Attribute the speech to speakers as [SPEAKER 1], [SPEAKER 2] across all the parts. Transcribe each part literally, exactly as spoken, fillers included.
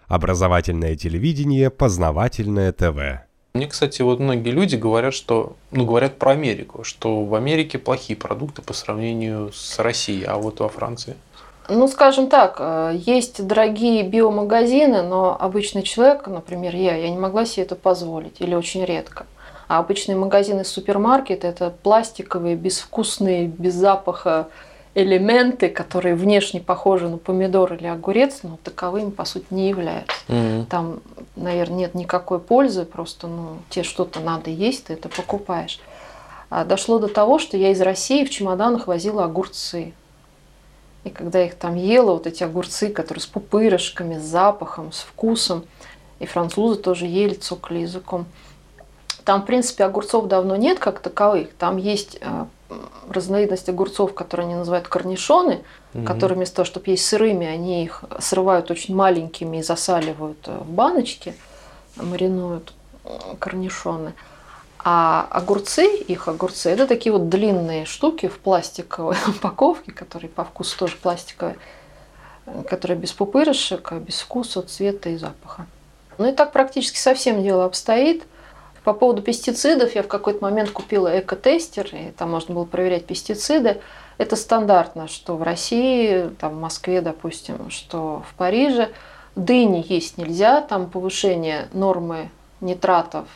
[SPEAKER 1] Образовательное телевидение, познавательное ТВ.
[SPEAKER 2] Мне, кстати, вот многие люди говорят, что, ну, говорят про Америку, что в Америке плохие продукты по сравнению с Россией, а вот во Франции.
[SPEAKER 3] Ну, скажем так, есть дорогие биомагазины, но обычный человек, например, я, я не могла себе это позволить, или очень редко. А обычные магазины, супермаркеты – это пластиковые, безвкусные, без запаха элементы, которые внешне похожи на помидор или огурец, но таковыми, по сути, не являются. Mm-hmm. Там, наверное, нет никакой пользы, просто ну, тебе что-то надо есть, ты это покупаешь. А дошло до того, что я из России в чемоданах возила огурцы. И когда я их там ела, вот эти огурцы, которые с пупырышками, с запахом, с вкусом, и французы тоже ели, цокали языком. Там, в принципе, огурцов давно нет как таковых. Там есть разновидность огурцов, которые они называют корнишоны, угу. которые вместо того, чтобы есть сырыми, они их срывают очень маленькими и засаливают в баночки, маринуют корнишоны. А огурцы, их огурцы, это такие вот длинные штуки в пластиковой упаковке, которые по вкусу тоже пластиковые, которые без пупырышек, без вкуса, цвета и запаха. Ну и так практически совсем дело обстоит. По поводу пестицидов я в какой-то момент купила экотестер, и там можно было проверять пестициды. Это стандартно, что в России, там в Москве, допустим, что в Париже. Дыни есть нельзя, там повышение нормы нитратов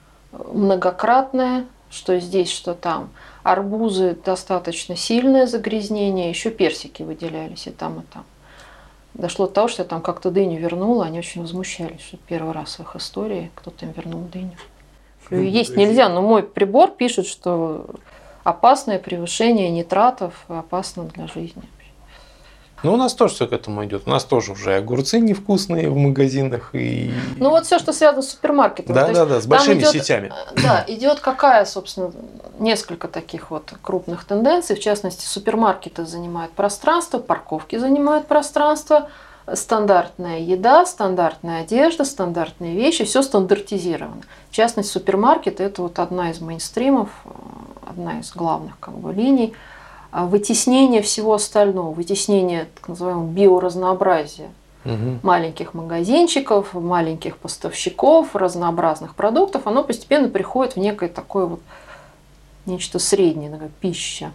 [SPEAKER 3] многократное, что здесь, что там. Арбузы достаточно сильное загрязнение, еще персики выделялись и там, и там. Дошло до того, что я там как-то дыню вернула, они очень возмущались, что первый раз в их истории кто-то им вернул дыню. Есть нельзя, но мой прибор пишет, что опасное превышение нитратов опасно для жизни.
[SPEAKER 2] Ну, у нас тоже все к этому идет. У нас тоже уже огурцы невкусные в магазинах. И...
[SPEAKER 3] Ну, вот все, что связано с супермаркетом.
[SPEAKER 2] Да, да, да, с большими
[SPEAKER 3] идет,
[SPEAKER 2] сетями.
[SPEAKER 3] Да, идет какая, собственно, несколько таких вот крупных тенденций. В частности, супермаркеты занимают пространство, парковки занимают пространство, стандартная еда, стандартная одежда, стандартные вещи, все стандартизировано. В частности, супермаркет – это вот одна из мейнстримов, одна из главных как бы, линий. Вытеснение всего остального, вытеснение так называемого биоразнообразия. Угу. Маленьких магазинчиков, маленьких поставщиков, разнообразных продуктов, оно постепенно приходит в некое такое вот нечто среднее, такая пища.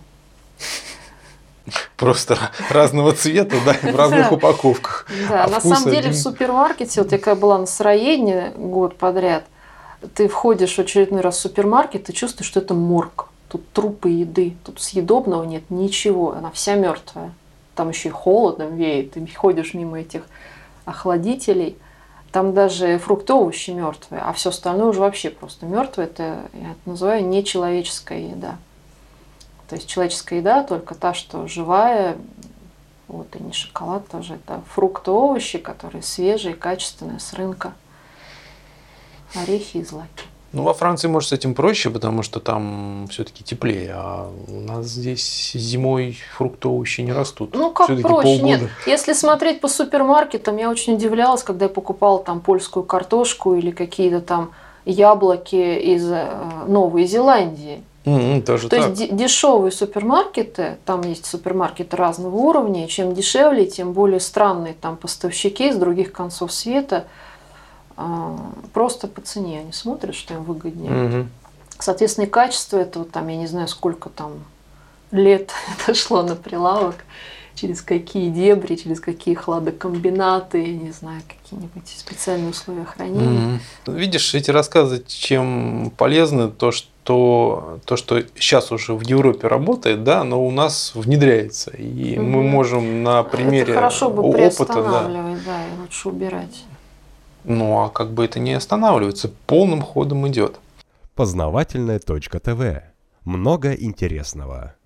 [SPEAKER 2] Просто разного цвета, да, в разных
[SPEAKER 3] да.
[SPEAKER 2] упаковках.
[SPEAKER 3] Да,
[SPEAKER 2] а
[SPEAKER 3] на самом деле
[SPEAKER 2] один...
[SPEAKER 3] в супермаркете, вот я когда была на сыроедении год подряд, ты входишь в очередной раз в супермаркет и чувствуешь, что это морг. Тут трупы еды, тут съедобного нет ничего, она вся мертвая. Там еще и холодом веет, ты ходишь мимо этих охладителей, там даже фрукты, овощи мертвые, а все остальное уже вообще просто мертвое. Это я это называю нечеловеческая еда. То есть человеческая еда только та, что живая, вот и не шоколад тоже, это фрукты, овощи, которые свежие, качественные, с рынка, орехи и злаки.
[SPEAKER 2] Ну, во Франции, может, с этим проще, потому что там все-таки теплее, а у нас здесь зимой фрукты, овощи не растут.
[SPEAKER 3] Ну, как
[SPEAKER 2] все-таки
[SPEAKER 3] проще?
[SPEAKER 2] полгода.
[SPEAKER 3] Нет, если смотреть по супермаркетам, я очень удивлялась, когда я покупала там польскую картошку или какие-то там яблоки из Новой Зеландии.
[SPEAKER 2] Mm-hmm, тоже
[SPEAKER 3] То
[SPEAKER 2] так.
[SPEAKER 3] есть дешевые супермаркеты, там есть супермаркеты разного уровня, и чем дешевле, тем более странные там поставщики с других концов света. Просто по цене они смотрят, что им выгоднее. Mm-hmm. Соответственно, и качество этого, там, я не знаю, сколько там лет это шло на прилавок, через какие дебри, через какие хладокомбинаты, я не знаю, какие-нибудь специальные условия хранения.
[SPEAKER 2] Mm-hmm. Видишь, эти рассказы чем полезны, то, что то, что сейчас уже в Европе работает, да, но у нас внедряется. И mm-hmm. мы можем на примере
[SPEAKER 3] это хорошо бы
[SPEAKER 2] опыта,
[SPEAKER 3] приостанавливать, да. да, и лучше убирать.
[SPEAKER 2] Ну, а как бы это не останавливается, полным ходом идет.
[SPEAKER 1] Познавательная точка ТВ. Много интересного.